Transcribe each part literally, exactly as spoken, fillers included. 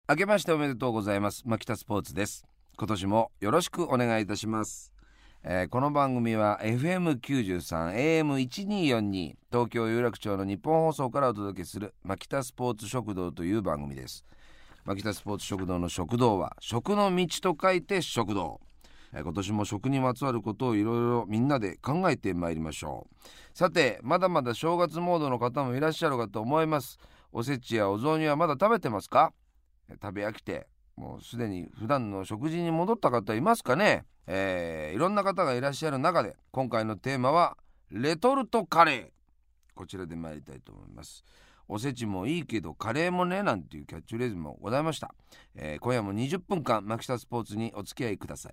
明けましておめでとうございます。牧田スポーツです。今年もよろしくお願いいたします。えー、この番組は エフエムきゅうじゅうさん エーエムせんにひゃくよんじゅうに 東京有楽町の日本放送からお届けする牧田スポーツ食堂という番組です。牧田スポーツ食堂の食堂は食の道と書いて食堂。えー、今年も食にまつわることをいろいろみんなで考えてまいりましょう。さて、まだまだ正月モードの方もいらっしゃるかと思います。おせちやお雑煮はまだ食べてますか？食べ飽きてもうすでに普段の食事に戻った方いますかね。えー、いろんな方がいらっしゃる中で今回のテーマはレトルトカレー、こちらで参りたいと思います。おせちもいいけどカレーもねなんていうキャッチフレーズもございました。えー、今夜もにじゅっぷんかん牧田スポーツにお付き合いください。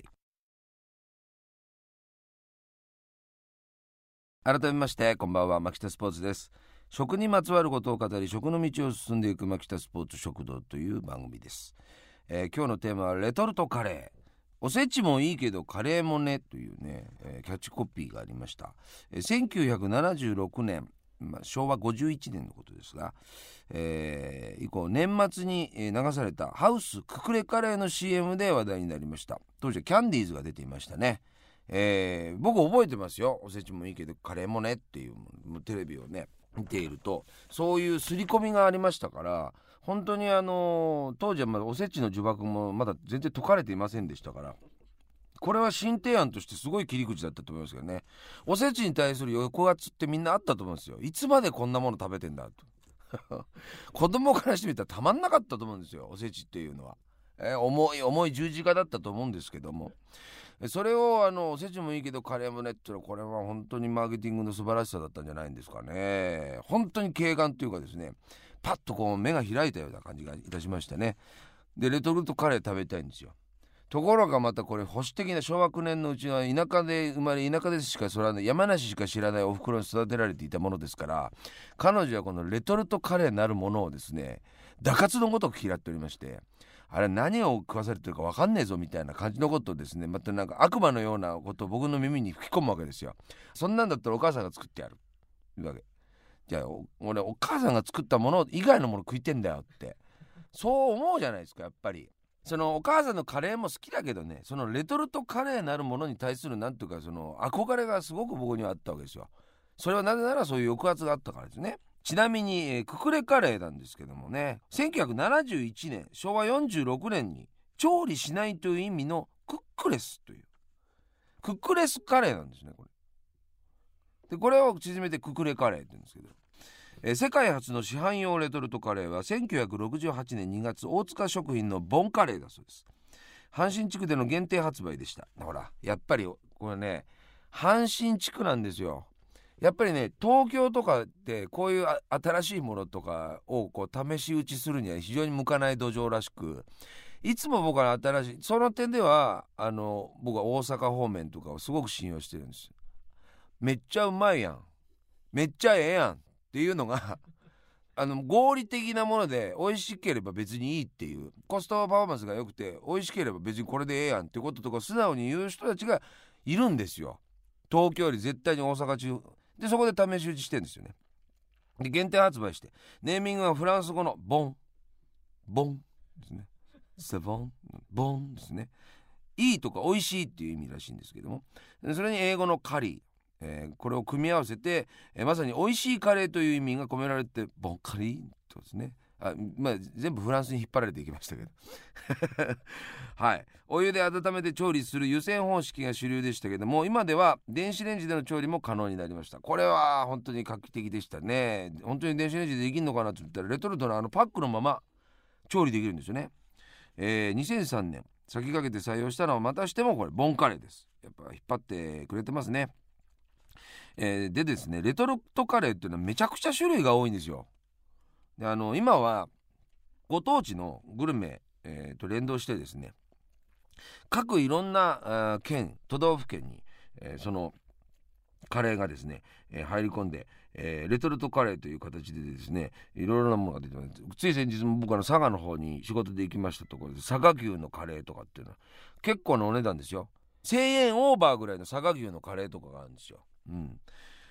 改めましてこんばんは、牧田スポーツです。食にまつわることを語り食の道を進んでいく牧田スポーツ食堂という番組です。えー、今日のテーマはレトルトカレー。おせちもいいけどカレーもねというね、えー、キャッチコピーがありました。えー、せんきゅうひゃくななじゅうろくねん、まあ、しょうわごじゅういちねんのことですが、えー、以降年末に流されたハウスククレカレーの シーエム で話題になりました。当時はキャンディーズが出ていましたね。えー、僕覚えてますよ。おせちもいいけどカレーもねっていう、もうテレビをね見ているとそういう刷り込みがありましたから、本当にあのー、当時はまだおせちの呪縛もまだ全然解かれていませんでしたから、これは新提案としてすごい切り口だったと思いますけどね。おせちに対する抑圧ってみんなあったと思うんですよ。いつまでこんなもの食べてんだと子供からしてみたらたまんなかったと思うんですよ、おせちっていうのは。えー、重い重い十字架だったと思うんですけども、それをあのおせちもいいけどカレーもねっていうのは、これは本当にマーケティングの素晴らしさだったんじゃないんですかね。本当に軽眼というかですね、パッとこう目が開いたような感じがいたしましたね。でレトルトカレー食べたいんですよ。ところがまたこれ保守的なしょうわきゅうねんのうちは田舎で生まれ田舎でしか育らない山梨しか知らないお袋に育てられていたものですから、彼女はこのレトルトカレーなるものをですね打滑のごとく嫌っておりまして、あれ何を食わされてるか分かんねえぞみたいな感じのことをですね、またなんか悪魔のようなことを僕の耳に吹き込むわけですよ。そんなんだったらお母さんが作ってやるというわけ。じゃあ俺お母さんが作ったもの以外のもの食いてんだよってそう思うじゃないですか。やっぱりそのお母さんのカレーも好きだけどね、そのレトルトカレーなるものに対するなんていうかその憧れがすごく僕にはあったわけですよ。それはなぜならそういう抑圧があったからですね。ちなみに、えー、ククレカレーなんですけどもね、せんきゅうひゃくななじゅういちねんしょうわよんじゅうろくねんに調理しないという意味のクックレスというクックレスカレーなんですね。これでこれを縮めてククレカレーって言うんですけど、えー、世界初の市販用レトルトカレーはせんきゅうひゃくろくじゅうはちねんにがつ大塚食品のボンカレーだそうです。阪神地区での限定発売でした。ほらやっぱりこれね阪神地区なんですよ。やっぱりね東京とかってこういう新しいものとかをこう試し打ちするには非常に向かない土壌らしく、いつも僕は新しいその点ではあの僕は大阪方面とかをすごく信用してるんです。めっちゃうまいやん、めっちゃええやんっていうのがあの合理的なもので美味しければ別にいいっていう、コストパフォーマンスが良くて美味しければ別にこれでええやんってこととか素直に言う人たちがいるんですよ。東京より絶対に大阪中で、そこで試し打ちしてるんですよね。で限定発売してネーミングはフランス語のボンボンですね。セボンボンですね。いいとか美味しいっていう意味らしいんですけども、それに英語のカリー、えー、これを組み合わせて、えー、まさに美味しいカレーという意味が込められてボンカリーとですね。あ、まあ、全部フランスに引っ張られていきましたけどはい、お湯で温めて調理する湯煎方式が主流でしたけども、今では電子レンジでの調理も可能になりました。これは本当に画期的でしたね。本当に電子レンジでできるのかなと思ったらレトルトのあのパックのまま調理できるんですよね。えー、にせんさんねん先駆けて採用したのはまたしてもこれボンカレーです。やっぱ引っ張ってくれてますね。えー、でですねレトルトカレーっていうのはめちゃくちゃ種類が多いんですよ。であの今はご当地のグルメ、えー、と連動してですね、各いろんな県都道府県に、えー、そのカレーがですね、えー、入り込んで、えー、レトルトカレーという形でですねいろいろなものが出てます。つい先日も僕は佐賀の方に仕事で行きましたところで佐賀牛のカレーとかっていうのは結構なお値段ですよ。せんえんオーバーぐらいの佐賀牛のカレーとかがあるんですよ。うん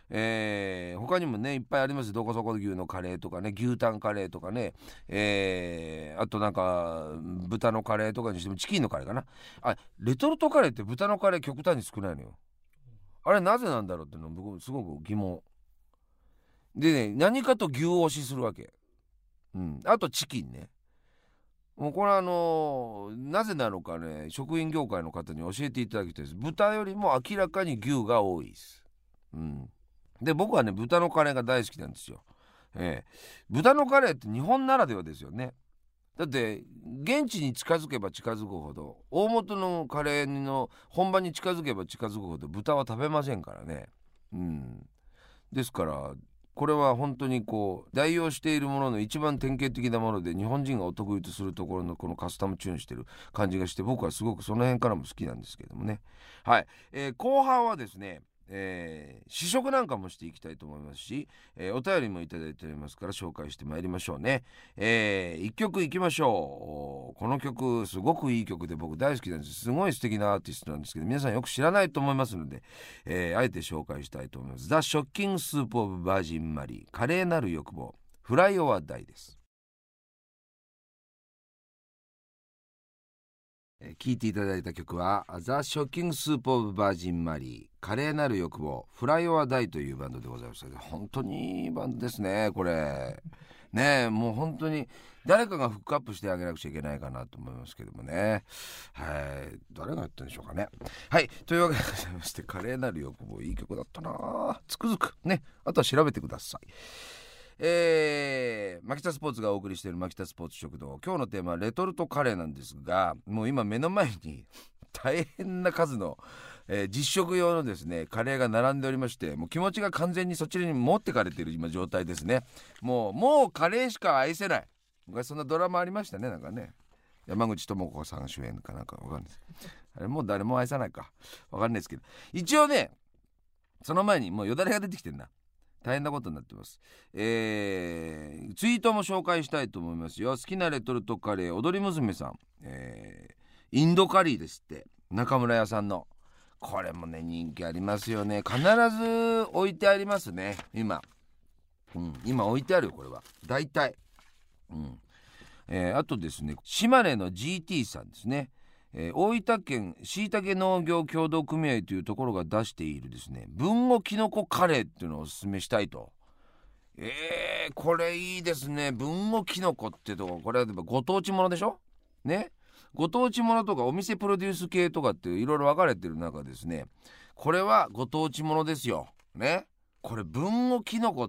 えー、他にもねいっぱいあります。どこそこ牛のカレーとかね、牛タンカレーとかね、えー、あとなんか豚のカレーとかにしてもチキンのカレーかな。あ、レトルトカレーって豚のカレー極端に少ないのよ。あれなぜなんだろうっていうの僕すごく疑問でね、何かと牛推しするわけ。うん、あとチキンね。もうこれはあのー、なぜなのかね、食品業界の方に教えていただきたいです。豚よりも明らかに牛が多いです。うん、で僕はね豚のカレーが大好きなんですよ。えー、豚のカレーって日本ならではですよね。だって現地に近づけば近づくほど、大元のカレーの本場に近づけば近づくほど豚は食べませんからね。うん、ですからこれは本当にこう代用しているものの一番典型的なもので、日本人がお得意とするところのこのカスタムチューンしてる感じがして、僕はすごくその辺からも好きなんですけれどもね。はい、えー、後半はですね、えー、試食なんかもしていきたいと思いますし、えー、お便りもいただいておりますから紹介してまいりましょうね。えー、いっきょくいきましょう。この曲すごくいい曲で僕大好きなんです。すごい素敵なアーティストなんですけど、皆さんよく知らないと思いますので、えー、あえて紹介したいと思います。ザ・ショッキング・スープ・オブ・バージン・マリー、華麗なる欲望、フライ・オア・ダイです。聴いていただいた曲はザ・ショッキング・スープ・オブ・バージン・マリー、華麗なる欲望、フライ・オア・ダイというバンドでございます。本当にいいバンドですねこれね。えもう本当に誰かがフックアップしてあげなくちゃいけないかなと思いますけどもね。はい、誰がやったんでしょうかね。はい、というわけでございまして、華麗なる欲望いい曲だったな、つくづくね。あとは調べてください。えー、マキタスポーツがお送りしているマキタスポーツ食堂、今日のテーマはレトルトカレーなんですが、もう今目の前に大変な数の、えー、実食用のですねカレーが並んでおりまして、もう気持ちが完全にそちらに持ってかれている今状態ですね。もうもうカレーしか愛せない、昔そんなドラマありましたね。なんかね、山口智子さん主演かなんかわかんないです。あれもう誰も愛さないかわかんないですけど、一応ねその前にもうよだれが出てきてんな、大変なことになってます。えー、ツイートも紹介したいと思いますよ。好きなレトルトカレー、踊り娘さん、えー、インドカリーですって、中村屋さんの。これもね人気ありますよね。必ず置いてありますね今、うん、今置いてあるよこれは大体、うんえー、あとですね、島根の ジーティー さんですね、えー、大分県しいたけ農業協同組合というところが出しているですね、豊後きのこカレーっていうのをおすすめしたいと。えー、これいいですね。豊後きのこってとこ、これはご当地ものでしょね。ご当地ものとかお店プロデュース系とかっていろいろ分かれてる中ですね、これはご当地ものですよね。これ豊後きのこって、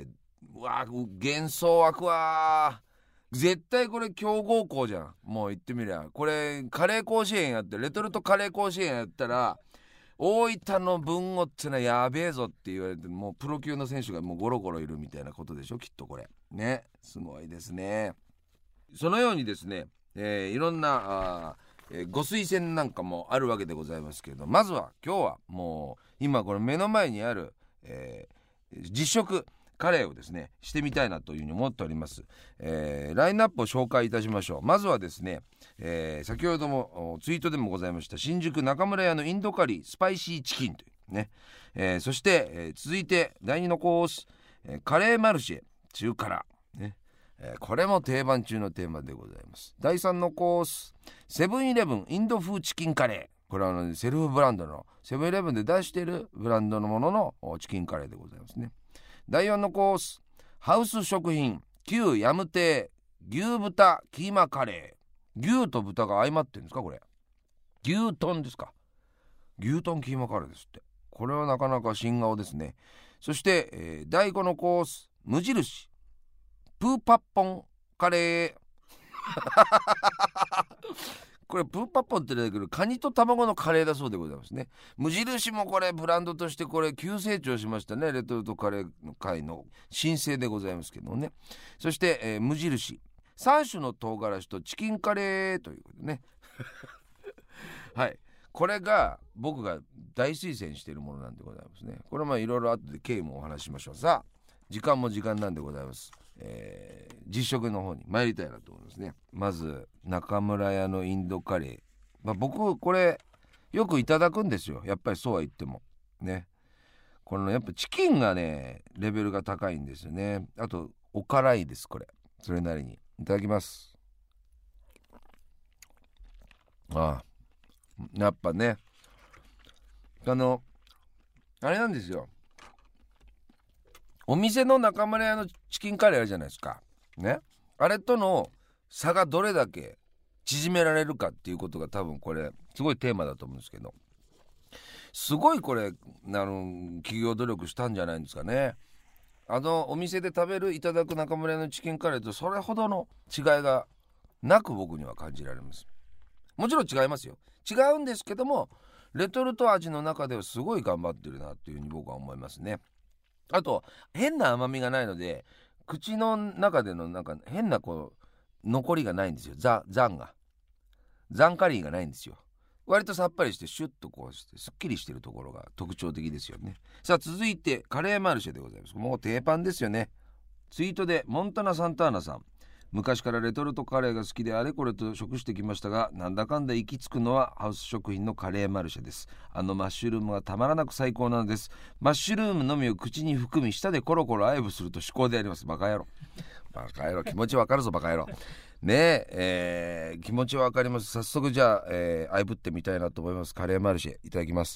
うわ幻想湧くわ。絶対これ強豪校じゃん。もう言ってみりゃこれカレー甲子園やって、レトルトカレー甲子園やったら大分の豊後ってのはやべえぞって言われて、もうプロ級の選手がもうゴロゴロいるみたいなことでしょきっとこれね。すごいですね。そのようにですね、えー、いろんなあ、えー、ご推薦なんかもあるわけでございますけれど、まずは今日はもう今これ目の前にある、えー、実食カレーをですねしてみたいなというふうに思っております。えー、ラインナップを紹介いたしましょう。まずはですね、えー、先ほどもツイートでもございました新宿中村屋のインドカリースパイシーチキンというね、えー、そして、えー、続いてだいにのコース、えー、カレーマルシェ中辛ね、えー、これも定番中のテーマでございます。だいさんのコースセブンイレブンインド風チキンカレー、これは、ね、セルフブランドのセブンイレブンで出しているブランドのもののチキンカレーでございますね。だいよんのコースハウス食品旧ヤム亭牛豚キーマカレー、牛と豚が相まってるんですかこれ、牛トンですか、牛トンキーマカレーですって。これはなかなか新顔ですね。そして、えー、だいごのコース無印プーパッポンカレーこれプーパッポンって出てくるカニと卵のカレーだそうでございますね。無印もこれブランドとしてこれ急成長しましたね。レトルトカレーの界の新星でございますけどもね。そして、えー、無印さん種の唐辛子とチキンカレーということでねはい、これが僕が大推薦しているものなんでございますね。これはまあいろいろ後で経緯もお話ししましょう。さあ時間も時間なんでございます。えー、実食の方に参りたいなと思いますね。まず中村屋のインドカレー、まあ、僕これよくいただくんですよ。やっぱりそうは言ってもね、 このやっぱチキンがねレベルが高いんですよね。あとお辛いです、これそれなりに。いただきます。ああ、やっぱね、あのあれなんですよ、お店の中村屋のチキンカレーあるじゃないですかね。あれとの差がどれだけ縮められるかっていうことが多分これすごいテーマだと思うんですけど、すごいこれあの企業努力したんじゃないんですかね。あのお店で食べるいただく中村屋のチキンカレーとそれほどの違いがなく僕には感じられます。もちろん違いますよ、違うんですけども、レトルト味の中ではすごい頑張ってるなっていうふうに僕は思いますね。あと変な甘みがないので口の中でのなんか変なこう残りがないんですよ。ザザンがザンカリーがないんですよ。割とさっぱりしてシュッとこうしてすっきりしてるところが特徴的ですよね。さあ続いてカレーマルシェでございます。もう定番ですよね。ツイートでモンタナサンターナさん、昔からレトルトカレーが好きであれこれと食してきましたが、なんだかんだ行き着くのはハウス食品のカレーマルシェです。あのマッシュルームがたまらなく最高なのです。マッシュルームのみを口に含み舌でコロコロ愛撫すると至高であります。バカ野郎バカ野郎、気持ちわかるぞバカ野郎ねえ、えー、気持ちわかります。早速じゃあ、えー、愛撫ってみたいなと思います。カレーマルシェいただきます。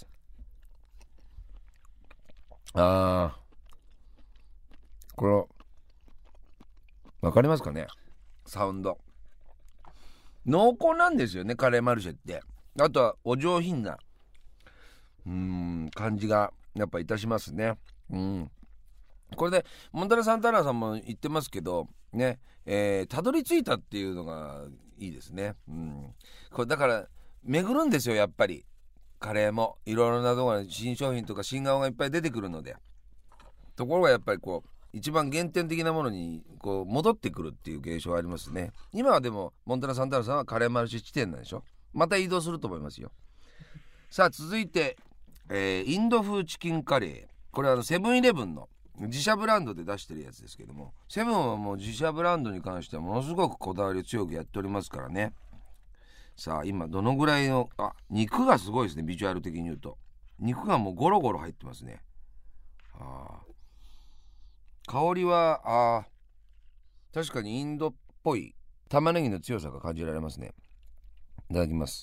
あー、これわかりますかね、サウンド濃厚なんですよねカレーマルシェって。あとはお上品なうーん感じがやっぱいたしますね。うん、これでモンタナサンターナさんも言ってますけどね、えー、たどり着いたっていうのがいいですね。うん、これだから巡るんですよやっぱり。カレーもいろいろなところに新商品とか新顔がいっぱい出てくるので、ところがやっぱりこう一番原点的なものにこう戻ってくるっていう現象はありますね。今はでもモンタナサンターナさんはカレーマルシェ地点なんでしょ。また移動すると思いますよ。さあ続いて、えー、インド風チキンカレー。これはあのセブンイレブンの自社ブランドで出してるやつですけども、セブンはもう自社ブランドに関してはものすごくこだわりを強くやっておりますからね。さあ今どのぐらいのあ肉がすごいですね。ビジュアル的に言うと肉がもうゴロゴロ入ってますね。あ香りはあ確かにインドっぽい玉ねぎの強さが感じられますね。いただきます。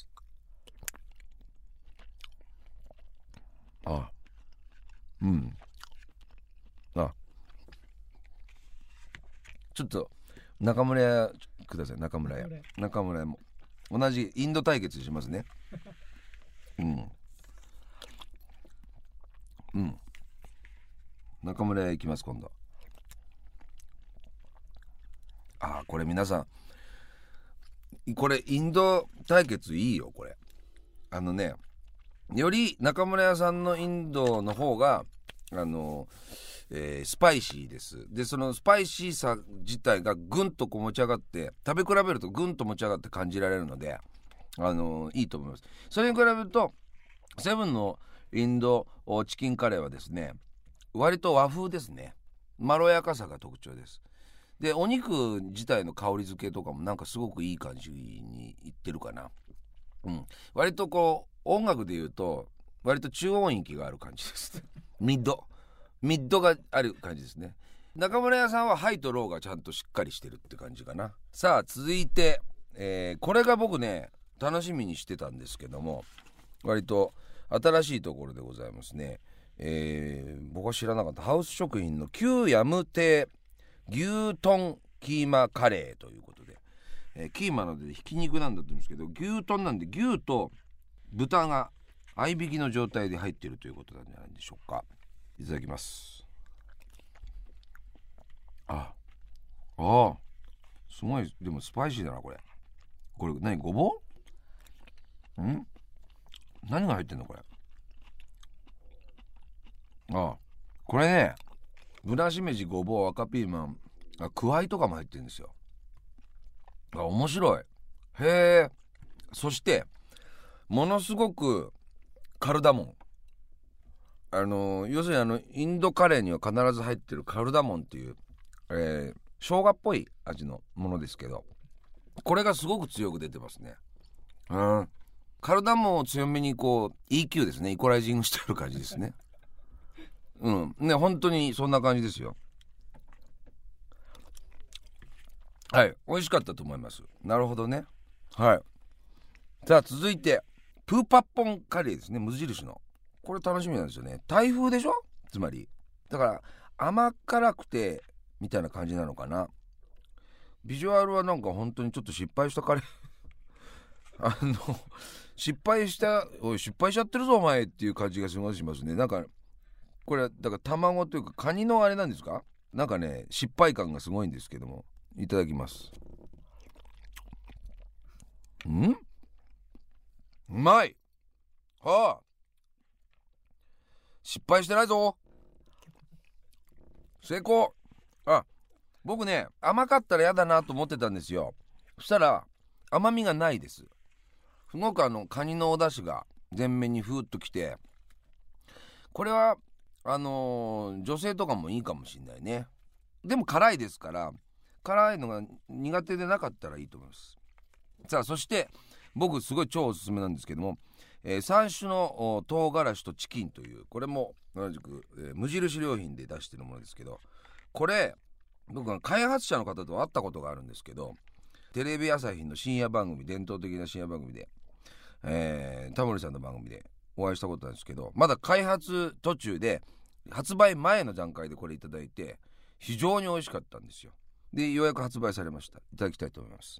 あうんあちょっと中村屋ください。中村屋中村屋も同じインド対決しますね。うんうん中村屋行きます今度。あこれ皆さんこれインド対決いいよこれ。あのねより中村屋さんのインドの方があの、えー、スパイシーです。でそのスパイシーさ自体がぐんとこう持ち上がって食べ比べるとぐんと持ち上がって感じられるのであのいいと思います。それに比べるとセブンのインドチキンカレーはですね割と和風ですね。まろやかさが特徴です。でお肉自体の香り付けとかもなんかすごくいい感じにいってるかな。うん、割とこう音楽で言うと割と中音域がある感じですミッドミッドがある感じですね。中村屋さんはハイとローがちゃんとしっかりしてるって感じかな。さあ続いて、えー、これが僕ね楽しみにしてたんですけども割と新しいところでございますね。えー、僕は知らなかったハウス食品の旧ヤム亭牛豚キーマカレーということで、えー、キーマなのでひき肉なんだと思うんですけど牛豚なんで牛と豚が合いびきの状態で入っているということなんじゃないでしょうか。いただきます。ああすごいでもスパイシーだなこれ。これ何ごぼうん何が入ってんのこれ。ああこれねぶなしめじごぼう赤ピーマンあくわいとかも入ってるんですよ。あ面白い。へえ。そしてものすごくカルダモンあの要するにあのインドカレーには必ず入ってるカルダモンっていう、えー、生姜っぽい味のものですけどこれがすごく強く出てますね。うんカルダモンを強めにこう イーキュー ですねイコライジングしてる感じですね。 うんね、本当にそんな感じですよ。はい、美味しかったと思います。なるほどね。はい。さあ続いてプーパッポンカレーですね、無印の。これ楽しみなんですよね。タイ風でしょ、つまりだから甘辛くてみたいな感じなのかな。ビジュアルはなんか本当にちょっと失敗したカレーあの失敗したおい失敗しちゃってるぞお前っていう感じがすごいしますね。なんかこれだから卵というかカニのあれなんですか、なんかね失敗感がすごいんですけども。いただきます。んうまい。はあ、失敗してないぞ、成功。あ、僕ね甘かったら嫌だなと思ってたんですよ。そしたら甘みがないです。すごくあのカニのお出汁が全面にふーっときて、これはあのー、女性とかもいいかもしれないね。でも辛いですから、辛いのが苦手でなかったらいいと思います。さあそして僕すごい超おすすめなんですけども、えー、さん種の唐辛子とチキンという、これも同じく、えー、無印良品で出してるものですけど、これ僕は開発者の方と会ったことがあるんですけど、テレビ朝日の深夜番組、伝統的な深夜番組で、えー、タモリさんの番組でお会いしたことなんですけど、まだ開発途中で発売前の段階でこれいただいて非常に美味しかったんですよ。でようやく発売されました。いただきたいと思います。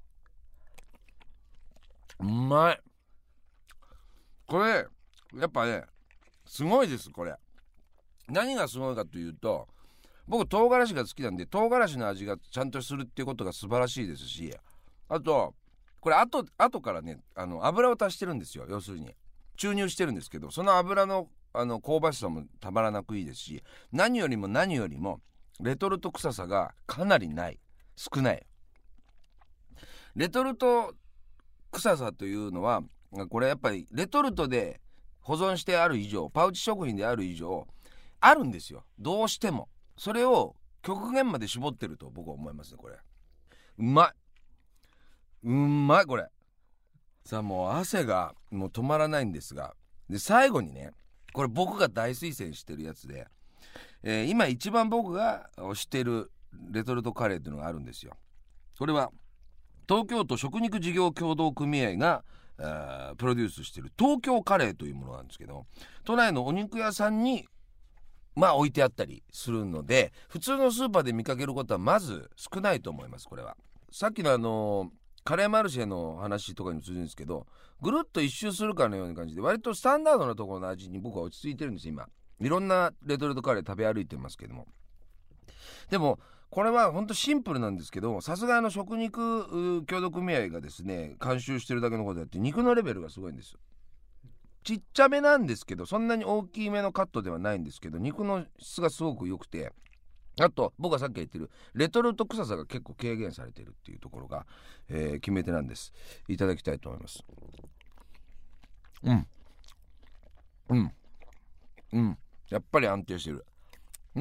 うまい。これやっぱねすごいです。これ何がすごいかというと、僕唐辛子が好きなんで唐辛子の味がちゃんとするっていうことが素晴らしいですし、あとこれ後後からねあの油を足してるんですよ。要するに注入してるんですけど、その油のあの香ばしさもたまらなくいいですし、何よりも何よりもレトルト臭さがかなりない、少ない。レトルト臭さというのはこれやっぱりレトルトで保存してある以上、パウチ食品である以上あるんですよ、どうしても。それを極限まで絞ってると僕は思いますね。これうまいうまい。これさあもう汗がもう止まらないんですが、で最後にね、これ僕が大推薦してるやつで、えー、今一番僕が推してるレトルトカレーっていうのがあるんですよ。これは東京都食肉事業協同組合がプロデュースしている東京カレーというものなんですけど、都内のお肉屋さんにまあ置いてあったりするので、普通のスーパーで見かけることはまず少ないと思います。これはさっきのあのカレーマルシェの話とかにも通じるんですけど、ぐるっと一周するかのような感じで割とスタンダードなところの味に僕は落ち着いてるんです。今いろんなレトルトカレー食べ歩いてますけども、でもこれは本当シンプルなんですけど、さすがの食肉協同組合がですね監修してるだけのことやって肉のレベルがすごいんです。ちっちゃめなんですけど、そんなに大きめのカットではないんですけど、肉の質がすごく良くて、あと僕がさっき言ってるレトルト臭さが結構軽減されているっていうところが、えー、決め手なんです。いただきたいと思います。うんうんうん、やっぱり安定してる。うん、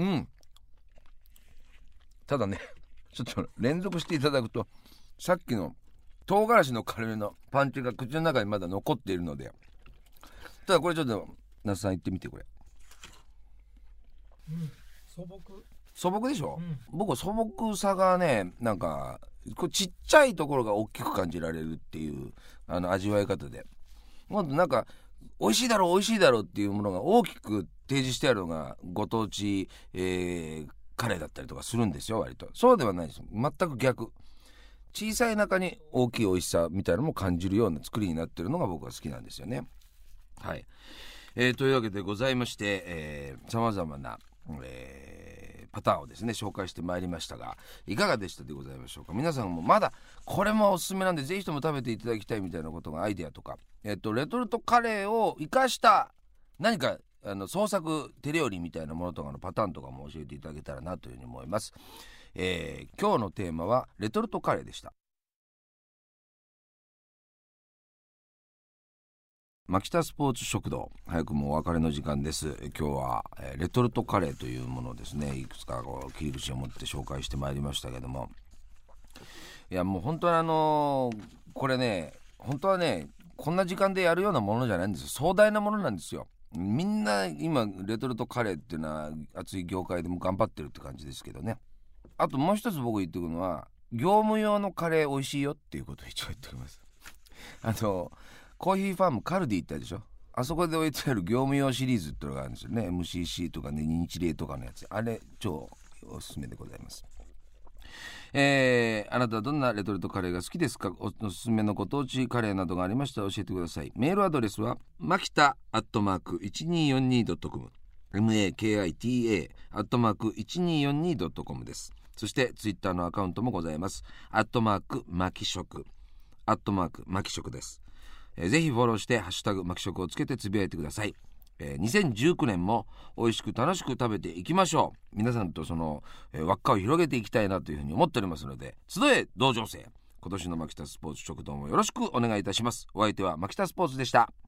ただねちょっと連続していただくとさっきの唐辛子の軽めのパンチが口の中にまだ残っているので、ただこれちょっと那須さん言ってみて。これ、 うん、素朴素朴でしょ、 うん、 僕は素朴さがねなんかこうちっちゃいところが大きく感じられるっていうあの味わい方で、もっとなんか美味しいだろう美味しいだろうっていうものが大きく提示してあるのがご当地、えー、カレーだったりとかするんですよ。割とそうではないです。全く逆、小さい中に大きい美味しさみたいなのも感じるような作りになってるのが僕は好きなんですよね。はい、えー、というわけでございまして、えー、様々な、えー、パターンをですね紹介してまいりましたが、いかがでしたでございましょうか。皆さんもまだこれもおすすめなんでぜひとも食べていただきたいみたいなことがアイデアとか、えー、とレトルトカレーを生かした何かあの創作手料理みたいなものとかのパターンとかも教えていただけたらなというふうに思います。えー、今日のテーマはレトルトカレーでした。マキタスポーツ食堂、早くもお別れの時間です。今日は、えー、レトルトカレーというものをですねいくつかこう切り口を持って紹介してまいりましたけども、いやもう本当にあのー、これね本当はねこんな時間でやるようなものじゃないんですよ。壮大なものなんですよ。 みんな今レトルトカレーっていうのは熱い業界でも頑張ってるって感じですけどね。あともう一つ僕言っておくのは、業務用のカレー美味しいよっていうことを一応言っておきます。あのコーヒーファームカルディ行ったでしょ。あそこで置いてある業務用シリーズっていうのがあるんですよね。 エムシーシー とかね、日霊とかのやつ、あれ超おすすめでございます。えー、あなたはどんなレトルトカレーが好きですか？ お, おすすめのご当地カレーなどがありましたら教えてください。メールアドレスはマキタアットマーク いちにーよんにードットコム マキタ アットマーク いちにーよんにードットコム です。そしてツイッターのアカウントもございます。アットマークマキ食アットマークマキ食です。えー、ぜひフォローしてハッシュタグマキ食をつけてつぶやいてください。えー、にせんじゅうきゅうねんも美味しく楽しく食べていきましょう。皆さんとその、えー、輪っかを広げていきたいなというふうに思っておりますので、集え同情生、今年のマキタスポーツ食堂もよろしくお願いいたします。お相手はマキタスポーツでした。